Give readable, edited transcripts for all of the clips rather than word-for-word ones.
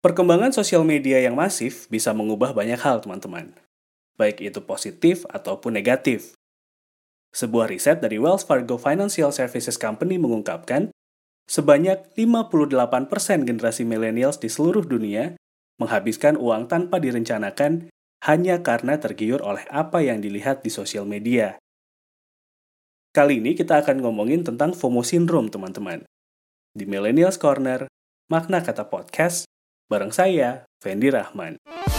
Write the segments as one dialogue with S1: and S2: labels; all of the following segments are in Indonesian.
S1: Perkembangan sosial media yang masif bisa mengubah banyak hal, teman-teman. Baik itu positif ataupun negatif. Sebuah riset dari Wells Fargo Financial Services Company mengungkapkan, sebanyak 58% generasi millennials di seluruh dunia menghabiskan uang tanpa direncanakan hanya karena tergiur oleh apa yang dilihat di sosial media. Kali ini kita akan ngomongin tentang FOMO Syndrome, teman-teman. Di Millennials Corner, Makna Kata Podcast, bareng saya, Fendi Rahman.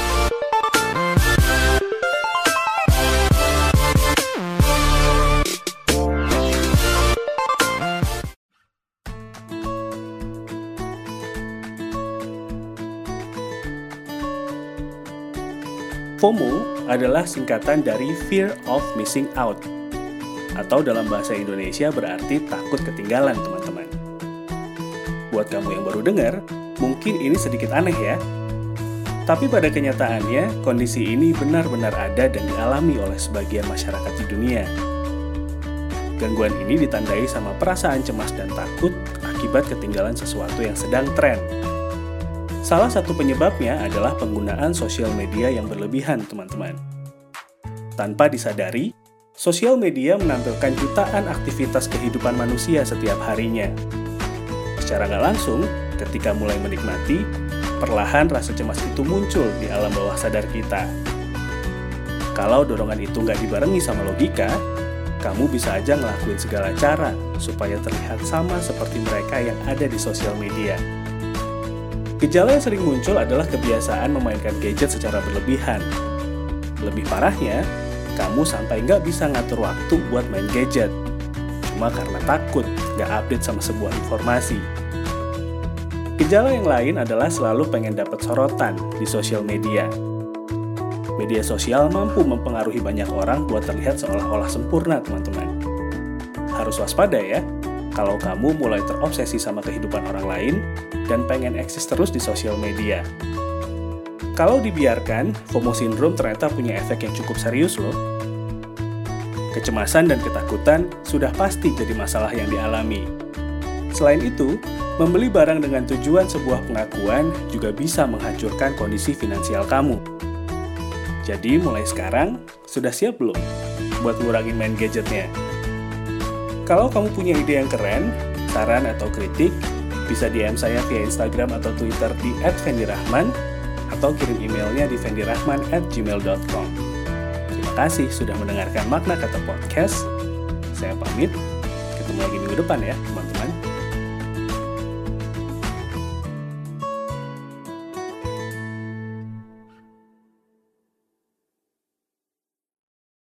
S1: FOMO adalah singkatan dari Fear of Missing Out, atau dalam bahasa Indonesia berarti takut ketinggalan, teman-teman. Buat kamu yang baru dengar, mungkin ini sedikit aneh ya. Tapi pada kenyataannya, kondisi ini benar-benar ada dan dialami oleh sebagian masyarakat di dunia. Gangguan ini ditandai sama perasaan cemas dan takut akibat ketinggalan sesuatu yang sedang tren. Salah satu penyebabnya adalah penggunaan sosial media yang berlebihan, teman-teman. Tanpa disadari, sosial media menampilkan jutaan aktivitas kehidupan manusia setiap harinya. Secara nggak langsung, ketika mulai menikmati, perlahan rasa cemas itu muncul di alam bawah sadar kita. Kalau dorongan itu nggak dibarengi sama logika, kamu bisa aja ngelakuin segala cara supaya terlihat sama seperti mereka yang ada di sosial media. Gejala yang sering muncul adalah kebiasaan memainkan gadget secara berlebihan. Lebih parahnya, kamu sampai nggak bisa ngatur waktu buat main gadget, cuma karena takut nggak update sama sebuah informasi. Gejala yang lain adalah selalu pengen dapat sorotan di sosial media. Media sosial mampu mempengaruhi banyak orang buat terlihat seolah-olah sempurna, teman-teman. Harus waspada ya, kalau kamu mulai terobsesi sama kehidupan orang lain dan pengen eksis terus di sosial media. Kalau dibiarkan, FOMO Syndrome ternyata punya efek yang cukup serius loh. Kecemasan dan ketakutan sudah pasti jadi masalah yang dialami. Selain itu, membeli barang dengan tujuan sebuah pengakuan juga bisa menghancurkan kondisi finansial kamu. Jadi mulai sekarang, sudah siap belum buat ngurangin main gadgetnya? Kalau kamu punya ide yang keren, saran atau kritik, bisa DM saya via Instagram atau Twitter di @fendirahman atau kirim emailnya di fendirahman@gmail.com. Terima kasih sudah mendengarkan Makna Kata Podcast. Saya pamit, ketemu lagi minggu depan ya, teman-teman.